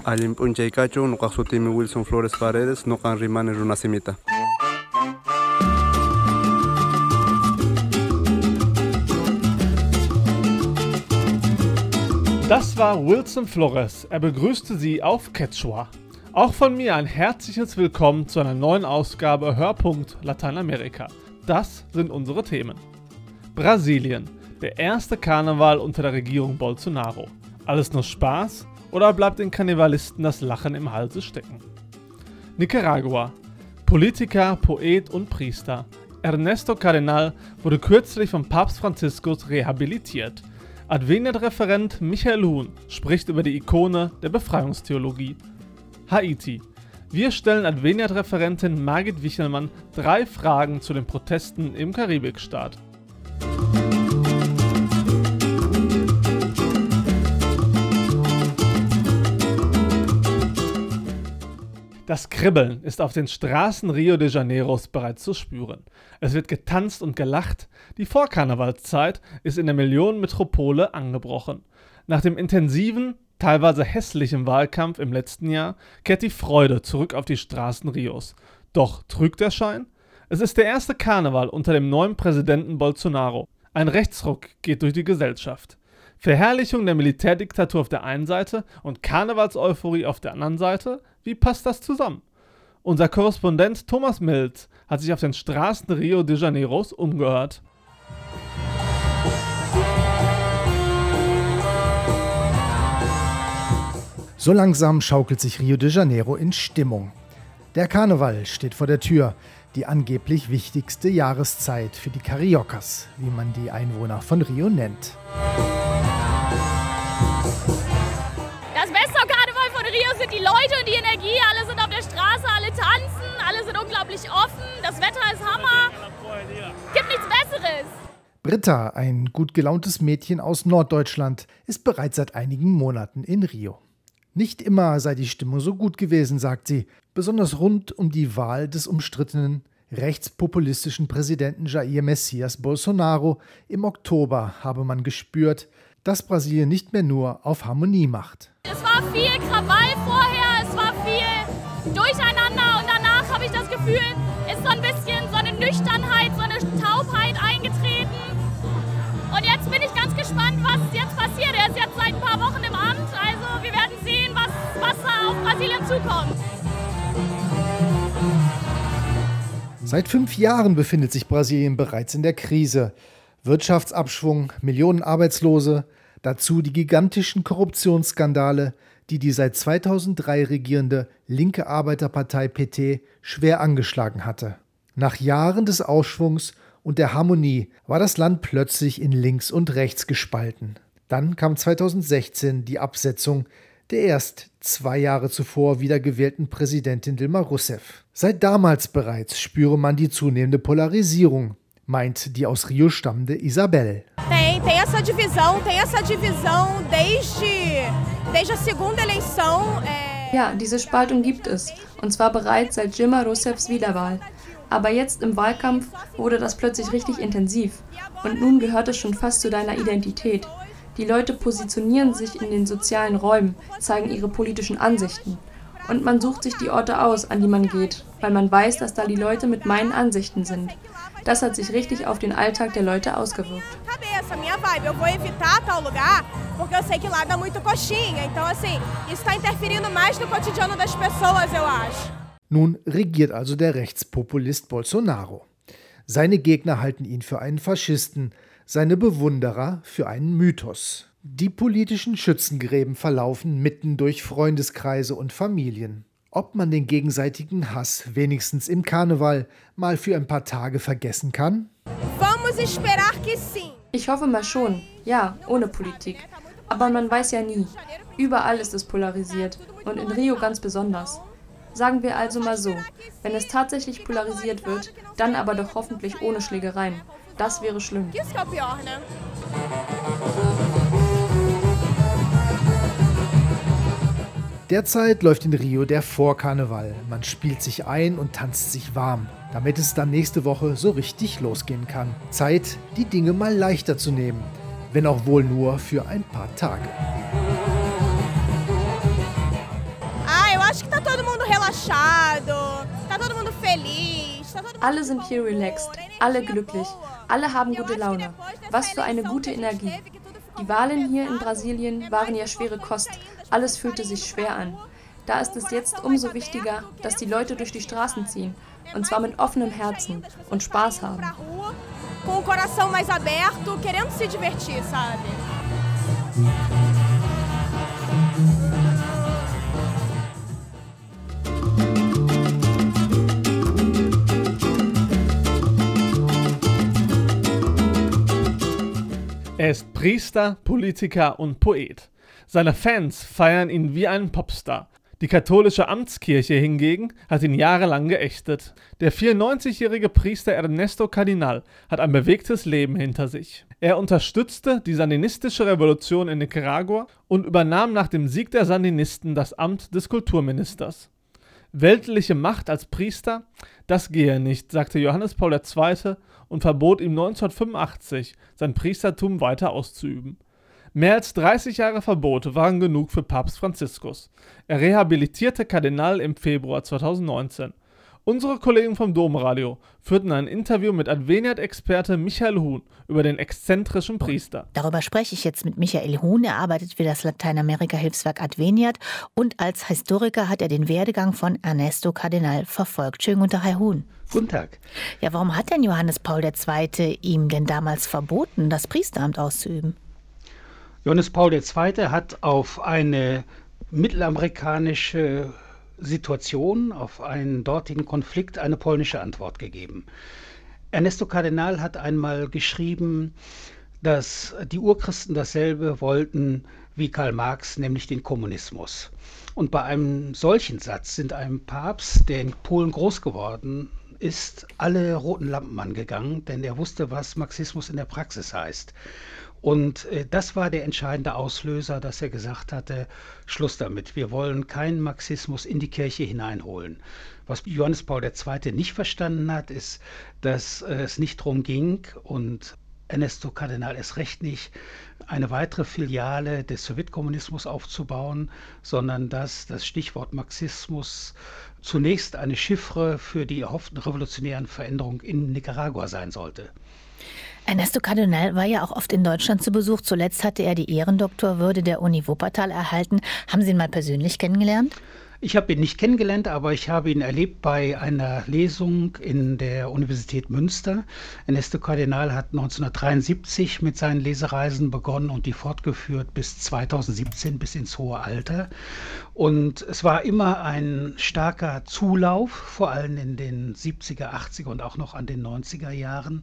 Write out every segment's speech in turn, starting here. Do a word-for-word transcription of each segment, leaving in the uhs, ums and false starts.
Allin punchaykachu nuqaqsutimi Wilson Flores Paredes, noqan rimani runasimita. Das war Wilson Flores. Er begrüßte Sie auf Quechua. Auch von mir ein herzliches Willkommen zu einer neuen Ausgabe Hörpunkt Lateinamerika. Das sind unsere Themen. Brasilien. Der erste Karneval unter der Regierung Bolsonaro. Alles nur Spaß oder bleibt den Karnevalisten das Lachen im Halse stecken? Nicaragua. Politiker, Poet und Priester. Ernesto Cardenal wurde kürzlich von Papst Franziskus rehabilitiert. Adveniat-Referent Michael Huhn spricht über die Ikone der Befreiungstheologie. Haiti. Wir stellen Adveniat-Referentin Margit Wichelmann drei Fragen zu den Protesten im Karibikstaat. Das Kribbeln ist auf den Straßen Rio de Janeiros bereits zu spüren. Es wird getanzt und gelacht. Die Vorkarnevalszeit ist in der Millionenmetropole angebrochen. Nach dem intensiven, teilweise hässlichen Wahlkampf im letzten Jahr kehrt die Freude zurück auf die Straßen Rios. Doch trügt der Schein? Es ist der erste Karneval unter dem neuen Präsidenten Bolsonaro. Ein Rechtsruck geht durch die Gesellschaft. Verherrlichung der Militärdiktatur auf der einen Seite und Karnevalseuphorie auf der anderen Seite? Wie passt das zusammen? Unser Korrespondent Thomas Mills hat sich auf den Straßen Rio de Janeiros umgehört. So langsam schaukelt sich Rio de Janeiro in Stimmung. Der Karneval steht vor der Tür, die angeblich wichtigste Jahreszeit für die Cariocas, wie man die Einwohner von Rio nennt. Das Beste am Karneval von Rio sind die Leute und die Energie. Alle sind auf der Straße, alle tanzen, alle sind unglaublich offen. Das Wetter ist Hammer. Gibt nichts Besseres. Britta, ein gut gelauntes Mädchen aus Norddeutschland, ist bereits seit einigen Monaten in Rio. Nicht immer sei die Stimmung so gut gewesen, sagt sie. Besonders rund um die Wahl des umstrittenen rechtspopulistischen Präsidenten Jair Messias Bolsonaro im Oktober habe man gespürt, dass Brasilien nicht mehr nur auf Harmonie macht. Es war viel Krawall vorher, es war viel Durcheinander und danach habe ich das Gefühl, ist so ein bisschen so eine Nüchternheit, so eine Taubheit eingetreten. Und jetzt bin ich ganz gespannt, was jetzt passiert. Er ist jetzt seit ein paar Wochen im Amt, also wir werden sehen, was, was da auf Brasilien zukommt. Seit fünf Jahren befindet sich Brasilien bereits in der Krise. Wirtschaftsabschwung, Millionen Arbeitslose, dazu die gigantischen Korruptionsskandale, die die seit zweitausenddrei regierende linke Arbeiterpartei P T schwer angeschlagen hatte. Nach Jahren des Aufschwungs und der Harmonie war das Land plötzlich in links und rechts gespalten. Dann kam zweitausendsechzehn die Absetzung der erst zwei Jahre zuvor wiedergewählten Präsidentin Dilma Rousseff. Seit damals bereits spüre man die zunehmende Polarisierung, meint die aus Rio stammende Isabel. Tem, tem essa divisão, tem essa divisão desde, desde a segunda eleição. É... Ja, diese Spaltung gibt es, und zwar bereits seit Dilma Rousseffs Wiederwahl. Aber jetzt im Wahlkampf wurde das plötzlich richtig intensiv und nun gehört es schon fast zu deiner Identität. Die Leute positionieren sich in den sozialen Räumen, zeigen ihre politischen Ansichten. Und man sucht sich die Orte aus, an die man geht, weil man weiß, dass da die Leute mit meinen Ansichten sind. Das hat sich richtig auf den Alltag der Leute ausgewirkt. Nun regiert also der Rechtspopulist Bolsonaro. Seine Gegner halten ihn für einen Faschisten, seine Bewunderer für einen Mythos. Die politischen Schützengräben verlaufen mitten durch Freundeskreise und Familien. Ob man den gegenseitigen Hass wenigstens im Karneval mal für ein paar Tage vergessen kann? Ich hoffe mal schon, ja, ohne Politik. Aber man weiß ja nie. Überall ist es polarisiert und in Rio ganz besonders. Sagen wir also mal so, wenn es tatsächlich polarisiert wird, dann aber doch hoffentlich ohne Schlägereien. Das wäre schlimm. Derzeit läuft in Rio der Vorkarneval. Man spielt sich ein und tanzt sich warm, damit es dann nächste Woche so richtig losgehen kann. Zeit, die Dinge mal leichter zu nehmen, wenn auch wohl nur für ein paar Tage. relaxado, tá todo mundo feliz. Tá todo mundo Alle sind hier relaxed, alle glücklich, alle haben gute Laune. Was für eine gute Energie. Die Wahlen hier in Brasilien waren ja schwere Kost, alles fühlte sich schwer an. Da ist es jetzt umso wichtiger, dass die Leute durch die Straßen ziehen, und zwar mit offenem Herzen und Spaß haben. pra rua com o coração mais aberto, querendo se divertir, sabe? Er ist Priester, Politiker und Poet. Seine Fans feiern ihn wie einen Popstar. Die katholische Amtskirche hingegen hat ihn jahrelang geächtet. Der vierundneunzigjährige Priester Ernesto Cardenal hat ein bewegtes Leben hinter sich. Er unterstützte die sandinistische Revolution in Nicaragua und übernahm nach dem Sieg der Sandinisten das Amt des Kulturministers. Weltliche Macht als Priester, das gehe nicht, sagte Johannes Paul der Zweite und verbot ihm neunzehnhundertfünfundachtzig, sein Priestertum weiter auszuüben. Mehr als dreißig Jahre Verbote waren genug für Papst Franziskus. Er rehabilitierte Kardinal im Februar zweitausendneunzehn. Unsere Kollegen vom Domradio führten ein Interview mit Adveniat-Experte Michael Huhn über den exzentrischen Priester. Darüber spreche ich jetzt mit Michael Huhn. Er arbeitet für das Lateinamerika-Hilfswerk Adveniat und als Historiker hat er den Werdegang von Ernesto Cardenal verfolgt. Schönen guten Tag, Herr Huhn. Guten Tag. Ja, warum hat denn Johannes Paul der Zweite ihm denn damals verboten, das Priesteramt auszuüben? Johannes Paul der Zweite hat auf eine mittelamerikanische Situation, auf einen dortigen Konflikt eine polnische Antwort gegeben. Ernesto Cardenal hat einmal geschrieben, dass die Urchristen dasselbe wollten wie Karl Marx, nämlich den Kommunismus. Und bei einem solchen Satz sind einem Papst, der in Polen groß geworden ist, alle roten Lampen angegangen, denn er wusste, was Marxismus in der Praxis heißt. Und äh, das war der entscheidende Auslöser, dass er gesagt hatte, Schluss damit, wir wollen keinen Marxismus in die Kirche hineinholen. Was Johannes Paul der Zweite nicht verstanden hat, ist, dass äh, es nicht darum ging und Ernesto Cardenal erst recht nicht, eine weitere Filiale des Sowjetkommunismus aufzubauen, sondern dass das Stichwort Marxismus zunächst eine Chiffre für die erhofften revolutionären Veränderungen in Nicaragua sein sollte. Ernesto Cardenal war ja auch oft in Deutschland zu Besuch. Zuletzt hatte er die Ehrendoktorwürde der Uni Wuppertal erhalten. Haben Sie ihn mal persönlich kennengelernt? Ich habe ihn nicht kennengelernt, aber ich habe ihn erlebt bei einer Lesung in der Universität Münster. Ernesto Cardenal hat neunzehnhundertdreiundsiebzig mit seinen Lesereisen begonnen und die fortgeführt bis zweitausendsiebzehn, bis ins hohe Alter. Und es war immer ein starker Zulauf, vor allem in den siebziger, achtziger und auch noch an den neunziger Jahren,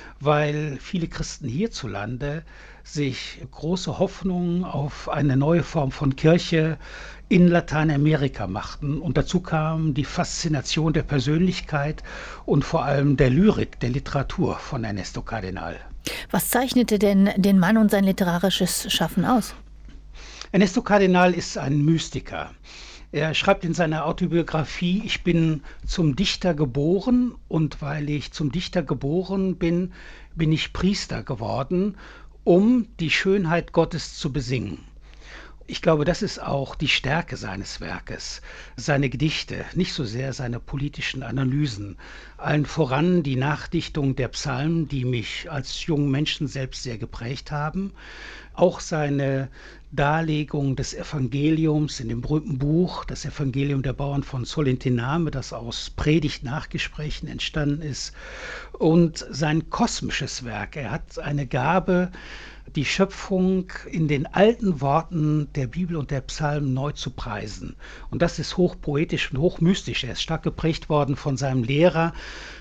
weil viele Christen hierzulande sich große Hoffnungen auf eine neue Form von Kirche in Lateinamerika machten. Und dazu kam die Faszination der Persönlichkeit und vor allem der Lyrik, der Literatur von Ernesto Cardenal. Was zeichnete denn den Mann und sein literarisches Schaffen aus? Ernesto Cardenal ist ein Mystiker. Er schreibt in seiner Autobiografie, ich bin zum Dichter geboren und weil ich zum Dichter geboren bin, bin ich Priester geworden, um die Schönheit Gottes zu besingen. Ich glaube, das ist auch die Stärke seines Werkes, seine Gedichte, nicht so sehr seine politischen Analysen. Allen voran die Nachdichtung der Psalmen, die mich als jungen Menschen selbst sehr geprägt haben. Auch seine Darlegung des Evangeliums in dem berühmten Buch, das Evangelium der Bauern von Solentiname, das aus Predigt-Nachgesprächen entstanden ist. Und sein kosmisches Werk. Er hat eine Gabe, die Schöpfung in den alten Worten der Bibel und der Psalmen neu zu preisen. Und das ist hochpoetisch und hochmystisch. Er ist stark geprägt worden von seinem Lehrer,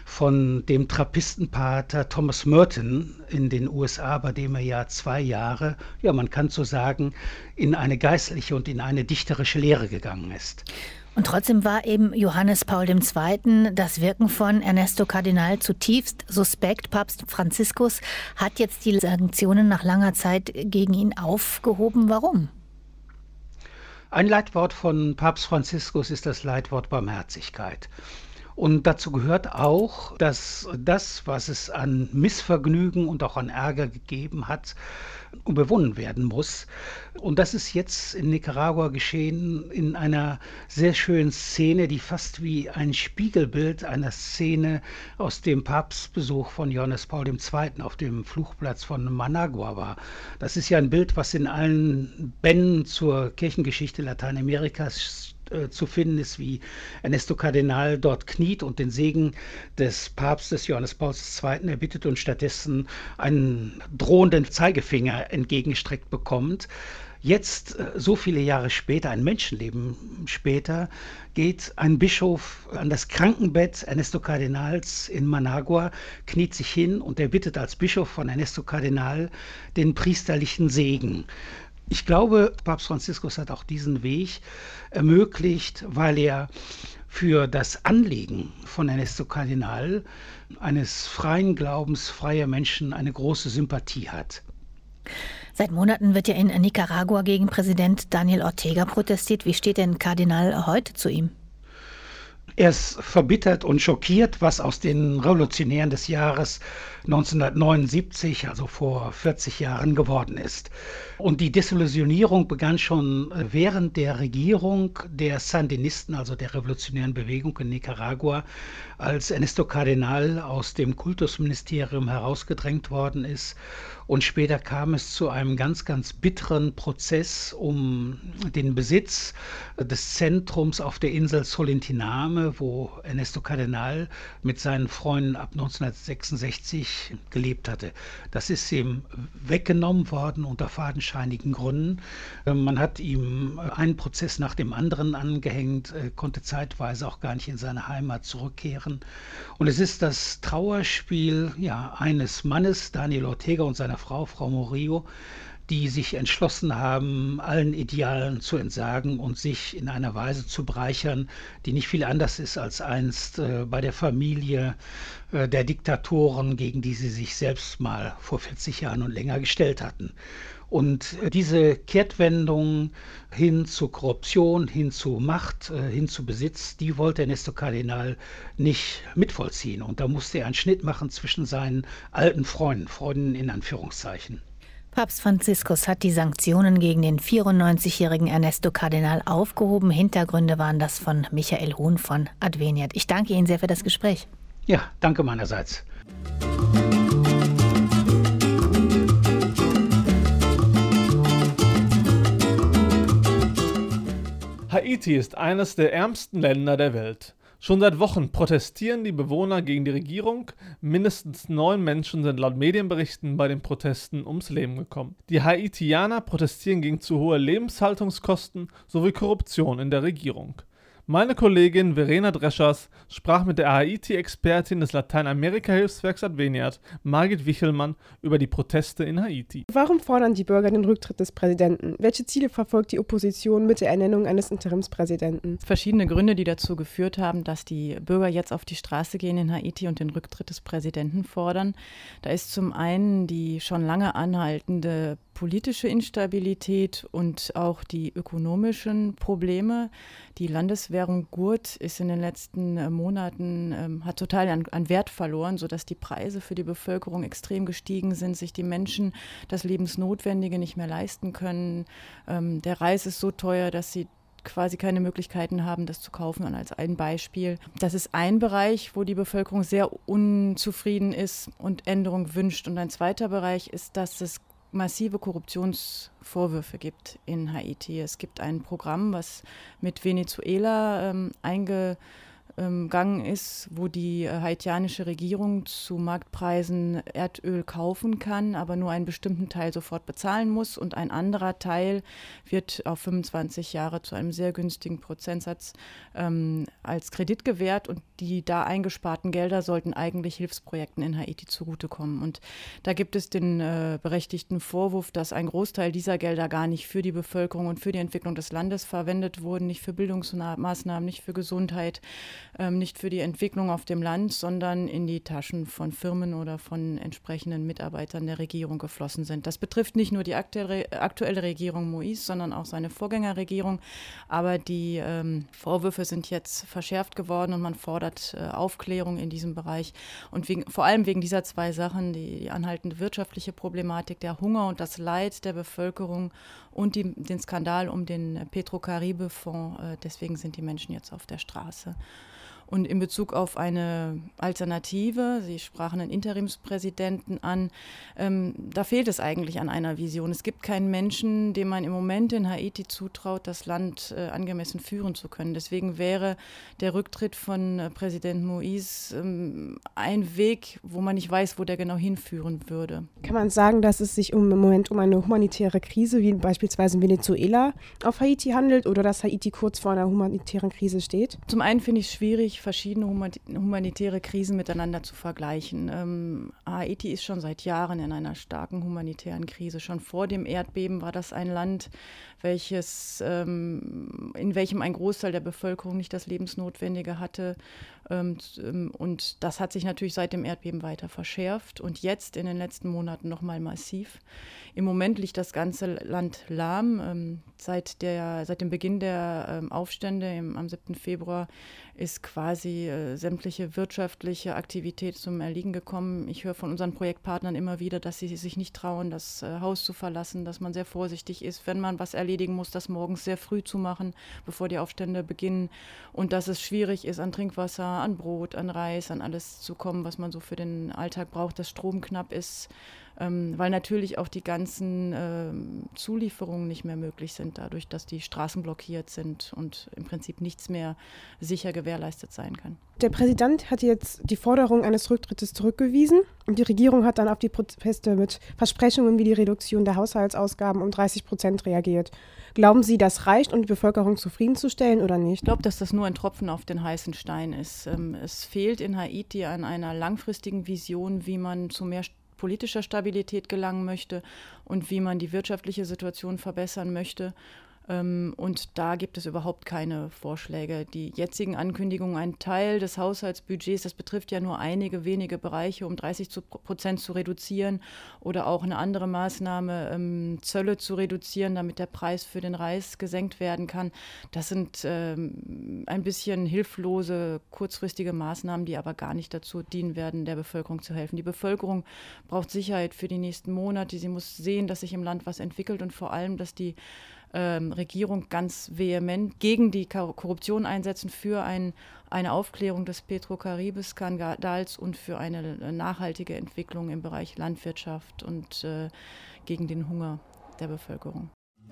von dem Trappistenpater Thomas Merton in den U S A, bei dem er ja zwei Jahre, ja man kann so sagen, in eine geistliche und in eine dichterische Lehre gegangen ist. Und trotzdem war eben Johannes Paul der Zweite. das Wirken von Ernesto Cardenal zutiefst suspekt. Papst Franziskus hat jetzt die Sanktionen nach langer Zeit gegen ihn aufgehoben. Warum? Ein Leitwort von Papst Franziskus ist das Leitwort Barmherzigkeit. Und dazu gehört auch, dass das, was es an Missvergnügen und auch an Ärger gegeben hat, überwunden werden muss. Und das ist jetzt in Nicaragua geschehen in einer sehr schönen Szene, die fast wie ein Spiegelbild einer Szene aus dem Papstbesuch von Johannes Paul der Zweite auf dem Fluchtplatz von Managua war. Das ist ja ein Bild, was in allen Bänden zur Kirchengeschichte Lateinamerikas zu finden ist, wie Ernesto Cardenal dort kniet und den Segen des Papstes Johannes Paul der Zweite erbittet und stattdessen einen drohenden Zeigefinger entgegengestreckt bekommt. Jetzt, so viele Jahre später, ein Menschenleben später, geht ein Bischof an das Krankenbett Ernesto Cardenals in Managua, kniet sich hin und erbittet als Bischof von Ernesto Cardenal den priesterlichen Segen. Ich glaube, Papst Franziskus hat auch diesen Weg ermöglicht, weil er für das Anliegen von Ernesto Cardenal, eines freien Glaubens, freier Menschen, eine große Sympathie hat. Seit Monaten wird ja in Nicaragua gegen Präsident Daniel Ortega protestiert. Wie steht denn Kardinal heute zu ihm? Er ist verbittert und schockiert, was aus den Revolutionären des Jahres neunzehnhundertneunundsiebzig, also vor vierzig Jahren, geworden ist. Und die Desillusionierung begann schon während der Regierung der Sandinisten, also der revolutionären Bewegung in Nicaragua, als Ernesto Cardenal aus dem Kultusministerium herausgedrängt worden ist. Und später kam es zu einem ganz, ganz bitteren Prozess um den Besitz des Zentrums auf der Insel Solentiname, wo Ernesto Cardenal mit seinen Freunden ab neunzehnhundertsechsundsechzig gelebt hatte. Das ist ihm weggenommen worden unter fadenscheinigen Gründen. Man hat ihm einen Prozess nach dem anderen angehängt, konnte zeitweise auch gar nicht in seine Heimat zurückkehren. Und es ist das Trauerspiel ja, eines Mannes, Daniel Ortega, und seiner Frau, Frau Murillo, die sich entschlossen haben, allen Idealen zu entsagen und sich in einer Weise zu bereichern, die nicht viel anders ist als einst äh, bei der Familie äh, der Diktatoren, gegen die sie sich selbst mal vor vierzig Jahren und länger gestellt hatten. Und diese Kehrtwendung hin zu Korruption, hin zu Macht, hin zu Besitz, die wollte Ernesto Cardenal nicht mitvollziehen. Und da musste er einen Schnitt machen zwischen seinen alten Freunden, Freunden in Anführungszeichen. Papst Franziskus hat die Sanktionen gegen den vierundneunzigjährigen Ernesto Cardenal aufgehoben. Hintergründe waren das von Michael Huhn von Adveniat. Ich danke Ihnen sehr für das Gespräch. Ja, danke meinerseits. Haiti ist eines der ärmsten Länder der Welt. Schon seit Wochen protestieren die Bewohner gegen die Regierung. Mindestens neun Menschen sind laut Medienberichten bei den Protesten ums Leben gekommen. Die Haitianer protestieren gegen zu hohe Lebenshaltungskosten sowie Korruption in der Regierung. Meine Kollegin Verena Dreschers sprach mit der Haiti-Expertin des Lateinamerika-Hilfswerks Adveniat, Margit Wichelmann, über die Proteste in Haiti. Warum fordern die Bürger den Rücktritt des Präsidenten? Welche Ziele verfolgt die Opposition mit der Ernennung eines Interimspräsidenten? Verschiedene Gründe, die dazu geführt haben, dass die Bürger jetzt auf die Straße gehen in Haiti und den Rücktritt des Präsidenten fordern. Da ist zum einen die schon lange anhaltende politische Instabilität und auch die ökonomischen Probleme. Die Landeswährung Gurt ist in den letzten äh, Monaten, ähm, hat total an, an Wert verloren, sodass die Preise für die Bevölkerung extrem gestiegen sind, sich die Menschen das Lebensnotwendige nicht mehr leisten können. Ähm, der Reis ist so teuer, dass sie quasi keine Möglichkeiten haben, das zu kaufen. Und als ein Beispiel, das ist ein Bereich, wo die Bevölkerung sehr unzufrieden ist und Änderung wünscht. Und ein zweiter Bereich ist, dass es massive Korruptionsvorwürfe gibt in Haiti. Es gibt ein Programm, was mit Venezuela ähm, eingegangen ist, wo die äh, haitianische Regierung zu Marktpreisen Erdöl kaufen kann, aber nur einen bestimmten Teil sofort bezahlen muss und ein anderer Teil wird auf fünfundzwanzig Jahre zu einem sehr günstigen Prozentsatz ähm, als Kredit gewährt und die da eingesparten Gelder sollten eigentlich Hilfsprojekten in Haiti zugutekommen. Und da gibt es den äh, berechtigten Vorwurf, dass ein Großteil dieser Gelder gar nicht für die Bevölkerung und für die Entwicklung des Landes verwendet wurden, nicht für Bildungsmaßnahmen, nicht für Gesundheit, ähm, nicht für die Entwicklung auf dem Land, sondern in die Taschen von Firmen oder von entsprechenden Mitarbeitern der Regierung geflossen sind. Das betrifft nicht nur die aktuelle, aktuelle Regierung Moïse, sondern auch seine Vorgängerregierung. Aber die ähm, Vorwürfe sind jetzt verschärft geworden und man fordert äh, Aufklärung in diesem Bereich. Und wegen, vor allem wegen dieser zwei Sachen, die, die anhaltende wirtschaftliche Problematik, der Hunger und das Leid der Bevölkerung und die, den Skandal um den Petro-Caribe-Fonds. Äh, deswegen sind die Menschen jetzt auf der Straße. Und in Bezug auf eine Alternative, Sie sprachen einen Interimspräsidenten an, ähm, da fehlt es eigentlich an einer Vision. Es gibt keinen Menschen, dem man im Moment in Haiti zutraut, das Land äh, angemessen führen zu können. Deswegen wäre der Rücktritt von äh, Präsident Moïse ähm, ein Weg, wo man nicht weiß, wo der genau hinführen würde. Kann man sagen, dass es sich um, im Moment um eine humanitäre Krise, wie beispielsweise in Venezuela, auf Haiti handelt oder dass Haiti kurz vor einer humanitären Krise steht? Zum einen finde ich es schwierig, verschiedene humanitäre Krisen miteinander zu vergleichen. Ähm, Haiti ist schon seit Jahren in einer starken humanitären Krise. Schon vor dem Erdbeben war das ein Land, welches, ähm, in welchem ein Großteil der Bevölkerung nicht das Lebensnotwendige hatte. Ähm, und das hat sich natürlich seit dem Erdbeben weiter verschärft und jetzt in den letzten Monaten nochmal massiv. Im Moment liegt das ganze Land lahm. Ähm, seit, der, seit dem Beginn der ähm, Aufstände im, am siebten Februar ist quasi äh, sämtliche wirtschaftliche Aktivität zum Erliegen gekommen. Ich höre von unseren Projektpartnern immer wieder, dass sie sich nicht trauen, das äh, Haus zu verlassen, dass man sehr vorsichtig ist, wenn man was erledigen muss, das morgens sehr früh zu machen, bevor die Aufstände beginnen. Und dass es schwierig ist, an Trinkwasser, an Brot, an Reis, an alles zu kommen, was man so für den Alltag braucht, dass Strom knapp ist. Ähm, weil natürlich auch die ganzen ähm, Zulieferungen nicht mehr möglich sind, dadurch, dass die Straßen blockiert sind und im Prinzip nichts mehr sicher gewährleistet sein kann. Der Präsident hat jetzt die Forderung eines Rücktrittes zurückgewiesen und die Regierung hat dann auf die Proteste mit Versprechungen wie die Reduktion der Haushaltsausgaben um dreißig Prozent reagiert. Glauben Sie, das reicht, um die Bevölkerung zufriedenzustellen oder nicht? Ich glaube, dass das nur ein Tropfen auf den heißen Stein ist. Ähm, es fehlt in Haiti an einer langfristigen Vision, wie man zu mehr politischer Stabilität gelangen möchte und wie man die wirtschaftliche Situation verbessern möchte. Und da gibt es überhaupt keine Vorschläge. Die jetzigen Ankündigungen, einen Teil des Haushaltsbudgets, das betrifft ja nur einige wenige Bereiche, um dreißig Prozent zu reduzieren oder auch eine andere Maßnahme, Zölle zu reduzieren, damit der Preis für den Reis gesenkt werden kann. Das sind ein bisschen hilflose, kurzfristige Maßnahmen, die aber gar nicht dazu dienen werden, der Bevölkerung zu helfen. Die Bevölkerung braucht Sicherheit für die nächsten Monate. Sie muss sehen, dass sich im Land was entwickelt und vor allem, dass die Ähm, Regierung ganz vehement gegen die Korruption einsetzen, für ein, eine Aufklärung des Petro-Caribe-Skandals und für eine nachhaltige Entwicklung im Bereich Landwirtschaft und äh, gegen den Hunger der Bevölkerung.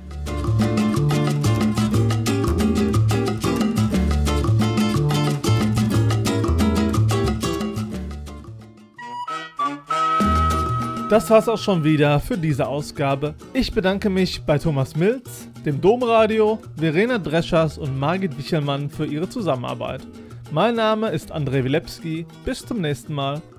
Das war's auch schon wieder für diese Ausgabe. Ich bedanke mich bei Thomas Milz, dem Domradio, Verena Dreschers und Margit Wichelmann für ihre Zusammenarbeit. Mein Name ist André Wilepski. Bis zum nächsten Mal.